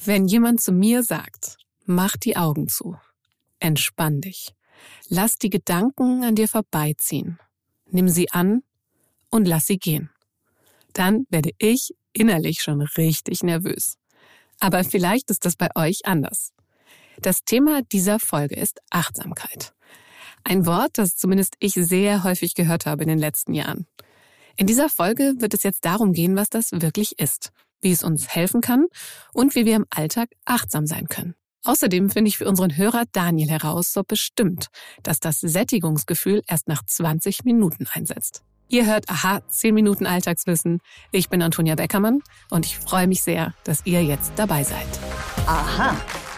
Wenn jemand zu mir sagt, mach die Augen zu, entspann dich, lass die Gedanken an dir vorbeiziehen, nimm sie an und lass sie gehen, dann werde ich innerlich schon richtig nervös. Aber vielleicht ist das bei euch anders. Das Thema dieser Folge ist Achtsamkeit. Ein Wort, das zumindest ich sehr häufig gehört habe in den letzten Jahren. In dieser Folge wird es jetzt darum gehen, was das wirklich ist, wie es uns helfen kann und wie wir im Alltag achtsam sein können. Außerdem finde ich für unseren Hörer Daniel heraus, ob es stimmt, dass das Sättigungsgefühl erst nach 20 Minuten einsetzt. Ihr hört Aha, 10 Minuten Alltagswissen. Ich bin Antonia Beckermann und ich freue mich sehr, dass ihr jetzt dabei seid. Aha,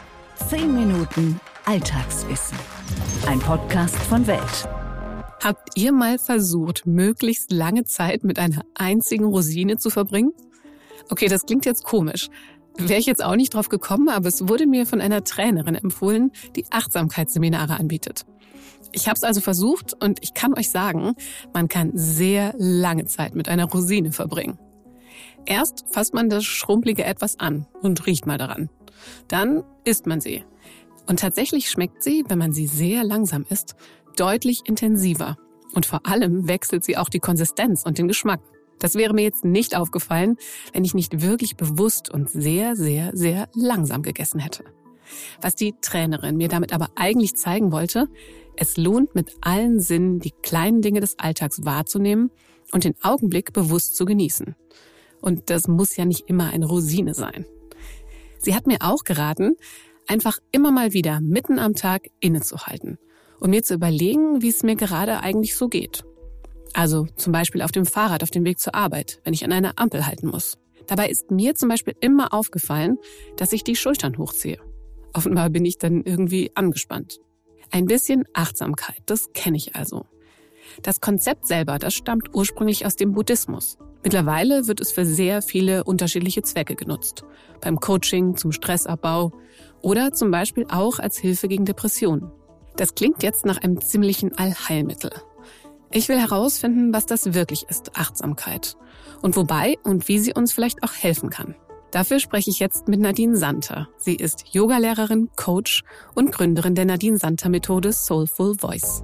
10 Minuten Alltagswissen. Ein Podcast von Welt. Habt ihr mal versucht, möglichst lange Zeit mit einer einzigen Rosine zu verbringen? Okay, das klingt jetzt komisch. Wäre ich jetzt auch nicht drauf gekommen, aber es wurde mir von einer Trainerin empfohlen, die Achtsamkeitsseminare anbietet. Ich habe es also versucht und ich kann euch sagen, man kann sehr lange Zeit mit einer Rosine verbringen. Erst fasst man das schrumpelige Etwas an und riecht mal daran. Dann isst man sie. Und tatsächlich schmeckt sie, wenn man sie sehr langsam isst, deutlich intensiver. Und vor allem wechselt sie auch die Konsistenz und den Geschmack. Das wäre mir jetzt nicht aufgefallen, wenn ich nicht wirklich bewusst und sehr, sehr, sehr langsam gegessen hätte. Was die Trainerin mir damit aber eigentlich zeigen wollte, es lohnt mit allen Sinnen, die kleinen Dinge des Alltags wahrzunehmen und den Augenblick bewusst zu genießen. Und das muss ja nicht immer eine Rosine sein. Sie hat mir auch geraten, einfach immer mal wieder mitten am Tag innezuhalten und mir zu überlegen, wie es mir gerade eigentlich so geht. Also zum Beispiel auf dem Fahrrad auf dem Weg zur Arbeit, wenn ich an einer Ampel halten muss. Dabei ist mir zum Beispiel immer aufgefallen, dass ich die Schultern hochziehe. Offenbar bin ich dann irgendwie angespannt. Ein bisschen Achtsamkeit, das kenne ich also. Das Konzept selber, das stammt ursprünglich aus dem Buddhismus. Mittlerweile wird es für sehr viele unterschiedliche Zwecke genutzt. Beim Coaching, zum Stressabbau oder zum Beispiel auch als Hilfe gegen Depressionen. Das klingt jetzt nach einem ziemlichen Allheilmittel. Ich will herausfinden, was das wirklich ist, Achtsamkeit. Und wobei und wie sie uns vielleicht auch helfen kann. Dafür spreche ich jetzt mit Nadine Santer. Sie ist Yogalehrerin, Coach und Gründerin der Nadine Santer Methode Soulful Voice.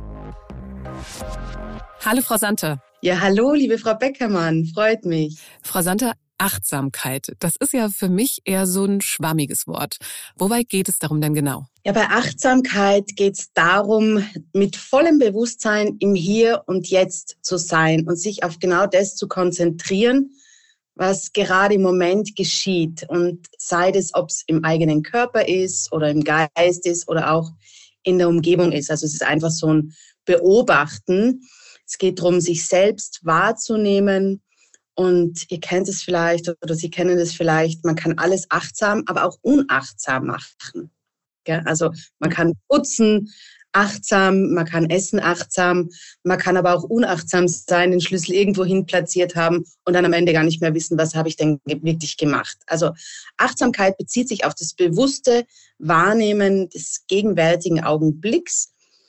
Hallo Frau Santer. Ja, hallo liebe Frau Beckermann, freut mich. Frau Santer, Achtsamkeit, das ist ja für mich eher so ein schwammiges Wort. Wobei geht es darum denn genau? Ja, bei Achtsamkeit geht es darum, mit vollem Bewusstsein im Hier und Jetzt zu sein und sich auf genau das zu konzentrieren, was gerade im Moment geschieht. Und sei es, ob es im eigenen Körper ist oder im Geist ist oder auch in der Umgebung ist. Also es ist einfach so ein Beobachten. Es geht darum, sich selbst wahrzunehmen. Und ihr kennt es vielleicht oder Sie kennen es vielleicht, man kann alles achtsam, aber auch unachtsam machen. Also man kann putzen achtsam, man kann essen achtsam, man kann aber auch unachtsam sein, den Schlüssel irgendwo hin platziert haben und dann am Ende gar nicht mehr wissen, was habe ich denn wirklich gemacht. Also Achtsamkeit bezieht sich auf das bewusste Wahrnehmen des gegenwärtigen Augenblicks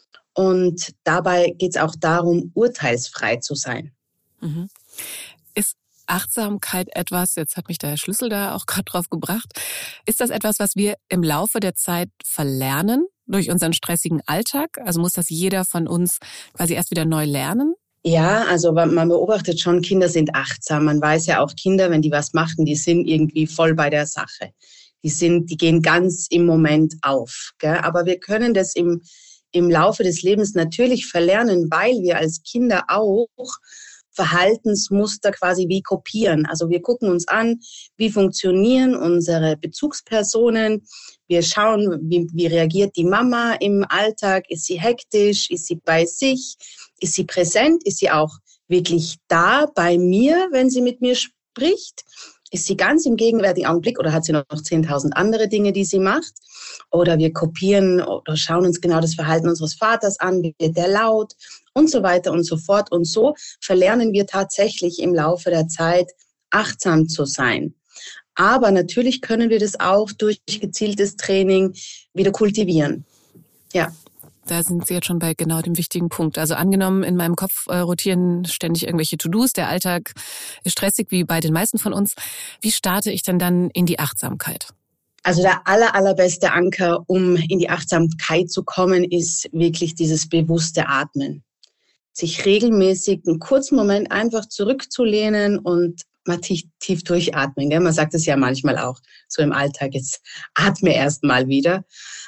und dabei geht es auch darum, urteilsfrei zu sein. Mhm. Ist Achtsamkeit etwas, jetzt hat mich der Schlüssel da auch gerade drauf gebracht, ist das etwas, was wir im Laufe der Zeit verlernen durch unseren stressigen Alltag? Also muss das jeder von uns quasi erst wieder neu lernen? Ja, also man beobachtet schon, Kinder sind achtsam. Man weiß ja auch, Kinder, wenn die was machen, die sind irgendwie voll bei der Sache. Die gehen ganz im Moment auf. Gell? Aber wir können das im Laufe des Lebens natürlich verlernen, weil wir als Kinder auch Verhaltensmuster quasi wie kopieren. Also wir gucken uns an, wie funktionieren unsere Bezugspersonen. Wir schauen, wie reagiert die Mama im Alltag. Ist sie hektisch? Ist sie bei sich? Ist sie präsent? Ist sie auch wirklich da bei mir, wenn sie mit mir spricht? Ist sie ganz im gegenwärtigen Augenblick oder hat sie noch 10.000 andere Dinge, die sie macht? Oder wir kopieren oder schauen uns genau das Verhalten unseres Vaters an, wie wird der laut und so weiter und so fort. Und so verlernen wir tatsächlich im Laufe der Zeit achtsam zu sein. Aber natürlich können wir das auch durch gezieltes Training wieder kultivieren. Ja. Da sind Sie jetzt schon bei genau dem wichtigen Punkt. Also angenommen, in meinem Kopf rotieren ständig irgendwelche To-Dos. Der Alltag ist stressig, wie bei den meisten von uns. Wie starte ich denn dann in die Achtsamkeit? Also der allerbeste Anker, um in die Achtsamkeit zu kommen, ist wirklich dieses bewusste Atmen. Sich regelmäßig einen kurzen Moment einfach zurückzulehnen und mal tief durchatmen. Gell? Man sagt es ja manchmal auch so im Alltag, jetzt atme erst mal wieder.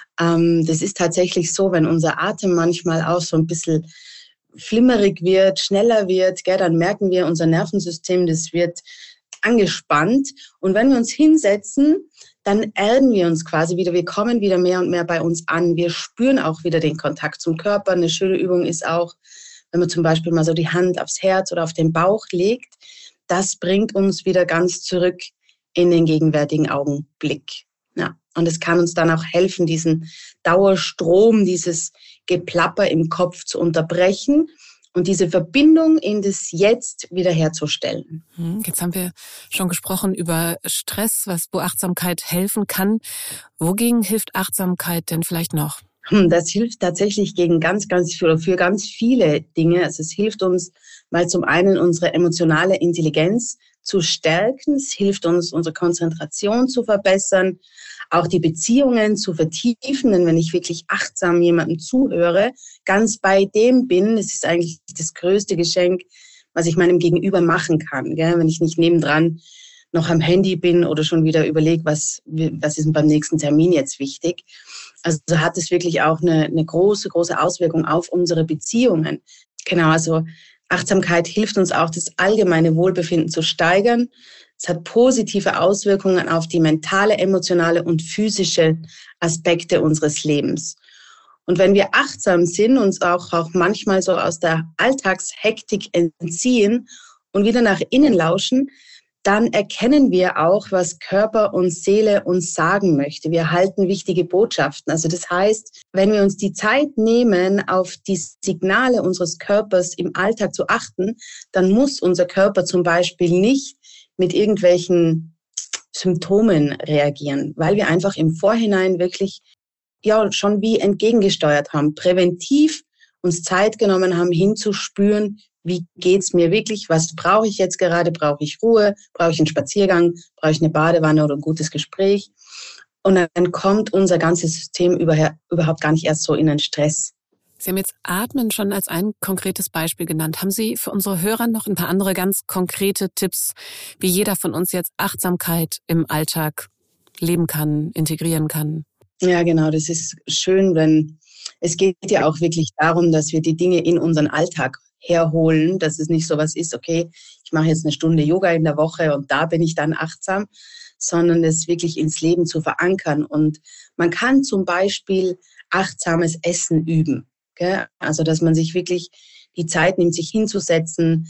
Das ist tatsächlich so, wenn unser Atem manchmal auch so ein bisschen flimmerig wird, schneller wird, gell, dann merken wir, unser Nervensystem, das wird angespannt. Und wenn wir uns hinsetzen, dann erden wir uns quasi wieder. Wir kommen wieder mehr und mehr bei uns an. Wir spüren auch wieder den Kontakt zum Körper. Eine schöne Übung ist auch, wenn man zum Beispiel mal so die Hand aufs Herz oder auf den Bauch legt. Das bringt uns wieder ganz zurück in den gegenwärtigen Augenblick. Ja, und es kann uns dann auch helfen, diesen Dauerstrom, dieses Geplapper im Kopf zu unterbrechen und diese Verbindung in das Jetzt wiederherzustellen. Jetzt haben wir schon gesprochen über Stress, wo Achtsamkeit helfen kann. Wogegen hilft Achtsamkeit denn vielleicht noch? Das hilft tatsächlich gegen für ganz viele Dinge. Also es hilft uns mal zum einen, unsere emotionale Intelligenz zu stärken. Es hilft uns, unsere Konzentration zu verbessern, auch die Beziehungen zu vertiefen. Denn wenn ich wirklich achtsam jemandem zuhöre, ganz bei dem bin, das ist eigentlich das größte Geschenk, was ich meinem Gegenüber machen kann. Gell? Wenn ich nicht nebendran noch am Handy bin oder schon wieder überlege, was ist denn beim nächsten Termin jetzt wichtig. Also hat es wirklich auch eine große Auswirkung auf unsere Beziehungen. Genau, also Achtsamkeit hilft uns auch, das allgemeine Wohlbefinden zu steigern. Es hat positive Auswirkungen auf die mentale, emotionale und physische Aspekte unseres Lebens. Und wenn wir achtsam sind, uns auch manchmal so aus der Alltagshektik entziehen und wieder nach innen lauschen, dann erkennen wir auch, was Körper und Seele uns sagen möchte. Wir erhalten wichtige Botschaften. Also das heißt, wenn wir uns die Zeit nehmen, auf die Signale unseres Körpers im Alltag zu achten, dann muss unser Körper zum Beispiel nicht mit irgendwelchen Symptomen reagieren, weil wir einfach im Vorhinein wirklich schon wie entgegengesteuert haben, präventiv uns Zeit genommen haben, hinzuspüren, wie geht's mir wirklich, was brauche ich jetzt gerade, brauche ich Ruhe, brauche ich einen Spaziergang, brauche ich eine Badewanne oder ein gutes Gespräch. Und dann kommt unser ganzes System überhaupt gar nicht erst so in einen Stress. Sie haben jetzt Atmen schon als ein konkretes Beispiel genannt. Haben Sie für unsere Hörer noch ein paar andere ganz konkrete Tipps, wie jeder von uns jetzt Achtsamkeit im Alltag leben kann, integrieren kann? Ja, genau, das ist schön, wenn es geht ja auch wirklich darum, dass wir die Dinge in unseren Alltag herholen, dass es nicht so was ist, okay, ich mache jetzt eine Stunde Yoga in der Woche und da bin ich dann achtsam, sondern es wirklich ins Leben zu verankern. Und man kann zum Beispiel achtsames Essen üben. Gell? Also, dass man sich wirklich die Zeit nimmt, sich hinzusetzen,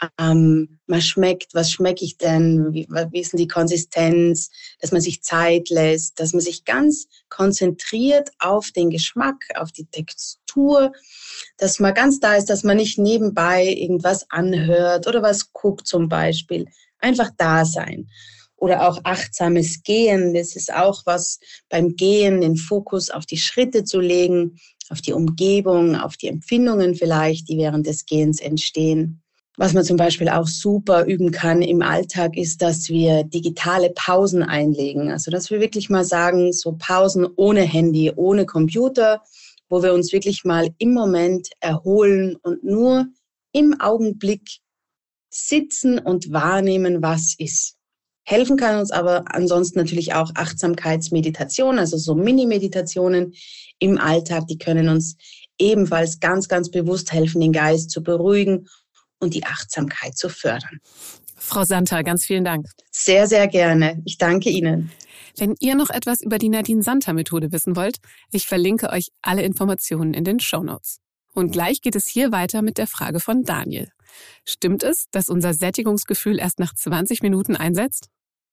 man schmeckt, was schmecke ich denn, wie ist denn die Konsistenz, dass man sich Zeit lässt, dass man sich ganz konzentriert auf den Geschmack, auf die Textur, dass man ganz da ist, dass man nicht nebenbei irgendwas anhört oder was guckt zum Beispiel. Einfach da sein. Oder auch achtsames Gehen, das ist auch was beim Gehen, den Fokus auf die Schritte zu legen, auf die Umgebung, auf die Empfindungen vielleicht, die während des Gehens entstehen. Was man zum Beispiel auch super üben kann im Alltag ist, dass wir digitale Pausen einlegen. Also dass wir wirklich mal sagen, so Pausen ohne Handy, ohne Computer, wo wir uns wirklich mal im Moment erholen und nur im Augenblick sitzen und wahrnehmen, was ist. Helfen kann uns aber ansonsten natürlich auch Achtsamkeitsmeditation, also so Mini-Meditationen im Alltag, die können uns ebenfalls ganz, ganz bewusst helfen, den Geist zu beruhigen und die Achtsamkeit zu fördern. Frau Santer, ganz vielen Dank. Sehr, sehr gerne. Ich danke Ihnen. Wenn ihr noch etwas über die Nadine-Santer-Methode wissen wollt, ich verlinke euch alle Informationen in den Shownotes. Und gleich geht es hier weiter mit der Frage von Daniel. Stimmt es, dass unser Sättigungsgefühl erst nach 20 Minuten einsetzt?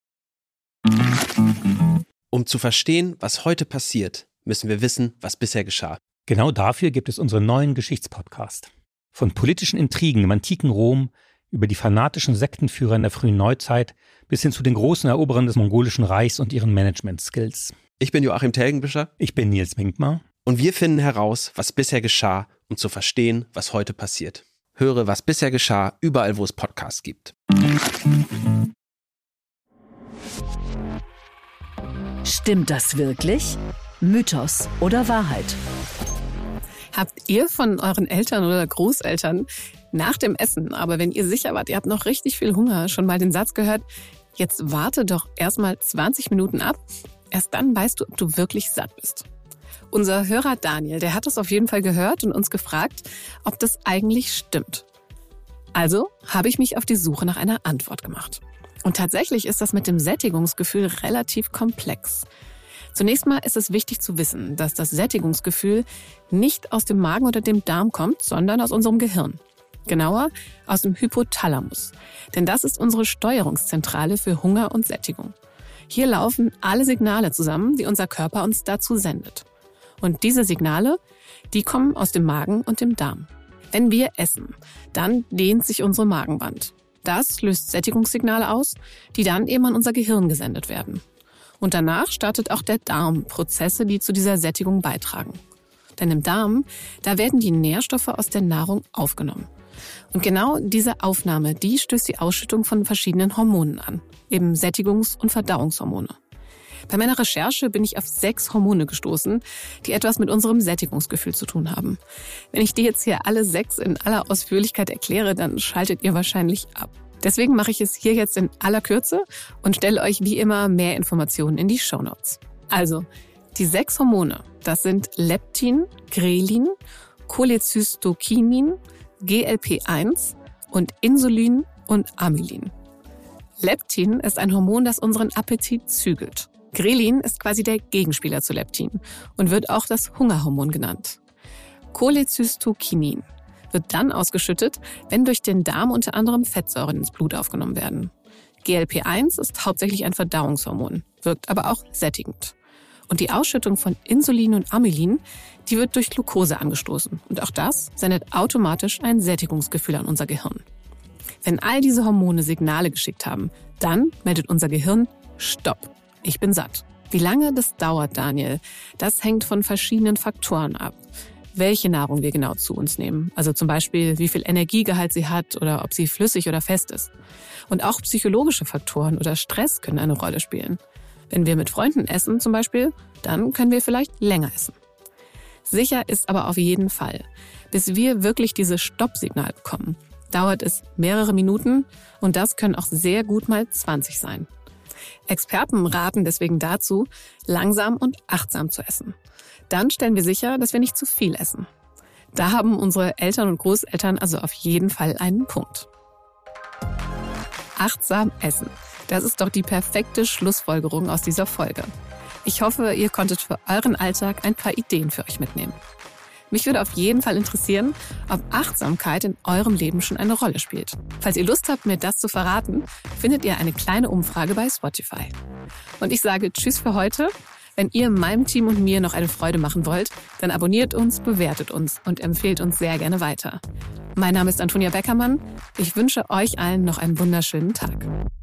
Um zu verstehen, was heute passiert, müssen wir wissen, was bisher geschah. Genau dafür gibt es unseren neuen Geschichtspodcast. Von politischen Intrigen im antiken Rom über die fanatischen Sektenführer in der frühen Neuzeit bis hin zu den großen Eroberern des mongolischen Reichs und ihren Management-Skills. Ich bin Joachim Telgenbischer. Ich bin Nils Winkmar. Und wir finden heraus, was bisher geschah, um zu verstehen, was heute passiert. Höre, was bisher geschah, überall, wo es Podcasts gibt. Stimmt das wirklich? Mythos oder Wahrheit? Habt ihr von euren Eltern oder Großeltern nach dem Essen, aber wenn ihr sicher wart, ihr habt noch richtig viel Hunger, schon mal den Satz gehört, jetzt warte doch erstmal 20 Minuten ab, erst dann weißt du, ob du wirklich satt bist. Unser Hörer Daniel, der hat das auf jeden Fall gehört und uns gefragt, ob das eigentlich stimmt. Also habe ich mich auf die Suche nach einer Antwort gemacht. Und tatsächlich ist das mit dem Sättigungsgefühl relativ komplex. Zunächst mal ist es wichtig zu wissen, dass das Sättigungsgefühl nicht aus dem Magen oder dem Darm kommt, sondern aus unserem Gehirn. Genauer aus dem Hypothalamus. Denn das ist unsere Steuerungszentrale für Hunger und Sättigung. Hier laufen alle Signale zusammen, die unser Körper uns dazu sendet. Und diese Signale, die kommen aus dem Magen und dem Darm. Wenn wir essen, dann dehnt sich unsere Magenwand. Das löst Sättigungssignale aus, die dann eben an unser Gehirn gesendet werden. Und danach startet auch der Darm Prozesse, die zu dieser Sättigung beitragen. Denn im Darm, da werden die Nährstoffe aus der Nahrung aufgenommen. Und genau diese Aufnahme, die stößt die Ausschüttung von verschiedenen Hormonen an, eben Sättigungs- und Verdauungshormone. Bei meiner Recherche bin ich auf 6 Hormone gestoßen, die etwas mit unserem Sättigungsgefühl zu tun haben. Wenn ich die jetzt hier alle 6 in aller Ausführlichkeit erkläre, dann schaltet ihr wahrscheinlich ab. Deswegen mache ich es hier jetzt in aller Kürze und stelle euch wie immer mehr Informationen in die Shownotes. Also, die 6 Hormone, das sind Leptin, Grelin, Cholecystokinin, GLP-1 und Insulin und Amylin. Leptin ist ein Hormon, das unseren Appetit zügelt. Grelin ist quasi der Gegenspieler zu Leptin und wird auch das Hungerhormon genannt. Cholecystokinin wird dann ausgeschüttet, wenn durch den Darm unter anderem Fettsäuren ins Blut aufgenommen werden. GLP-1 ist hauptsächlich ein Verdauungshormon, wirkt aber auch sättigend. Und die Ausschüttung von Insulin und Amylin, die wird durch Glucose angestoßen. Und auch das sendet automatisch ein Sättigungsgefühl an unser Gehirn. Wenn all diese Hormone Signale geschickt haben, dann meldet unser Gehirn Stopp. Ich bin satt. Wie lange das dauert, Daniel, das hängt von verschiedenen Faktoren ab. Welche Nahrung wir genau zu uns nehmen. Also zum Beispiel, wie viel Energiegehalt sie hat oder ob sie flüssig oder fest ist. Und auch psychologische Faktoren oder Stress können eine Rolle spielen. Wenn wir mit Freunden essen zum Beispiel, dann können wir vielleicht länger essen. Sicher ist aber auf jeden Fall, bis wir wirklich dieses Stoppsignal bekommen, dauert es mehrere Minuten und das können auch sehr gut mal 20 sein. Experten raten deswegen dazu, langsam und achtsam zu essen. Dann stellen wir sicher, dass wir nicht zu viel essen. Da haben unsere Eltern und Großeltern also auf jeden Fall einen Punkt. Achtsam essen. Das ist doch die perfekte Schlussfolgerung aus dieser Folge. Ich hoffe, ihr konntet für euren Alltag ein paar Ideen für euch mitnehmen. Mich würde auf jeden Fall interessieren, ob Achtsamkeit in eurem Leben schon eine Rolle spielt. Falls ihr Lust habt, mir das zu verraten, findet ihr eine kleine Umfrage bei Spotify. Und ich sage Tschüss für heute. Wenn ihr meinem Team und mir noch eine Freude machen wollt, dann abonniert uns, bewertet uns und empfehlt uns sehr gerne weiter. Mein Name ist Antonia Beckermann. Ich wünsche euch allen noch einen wunderschönen Tag.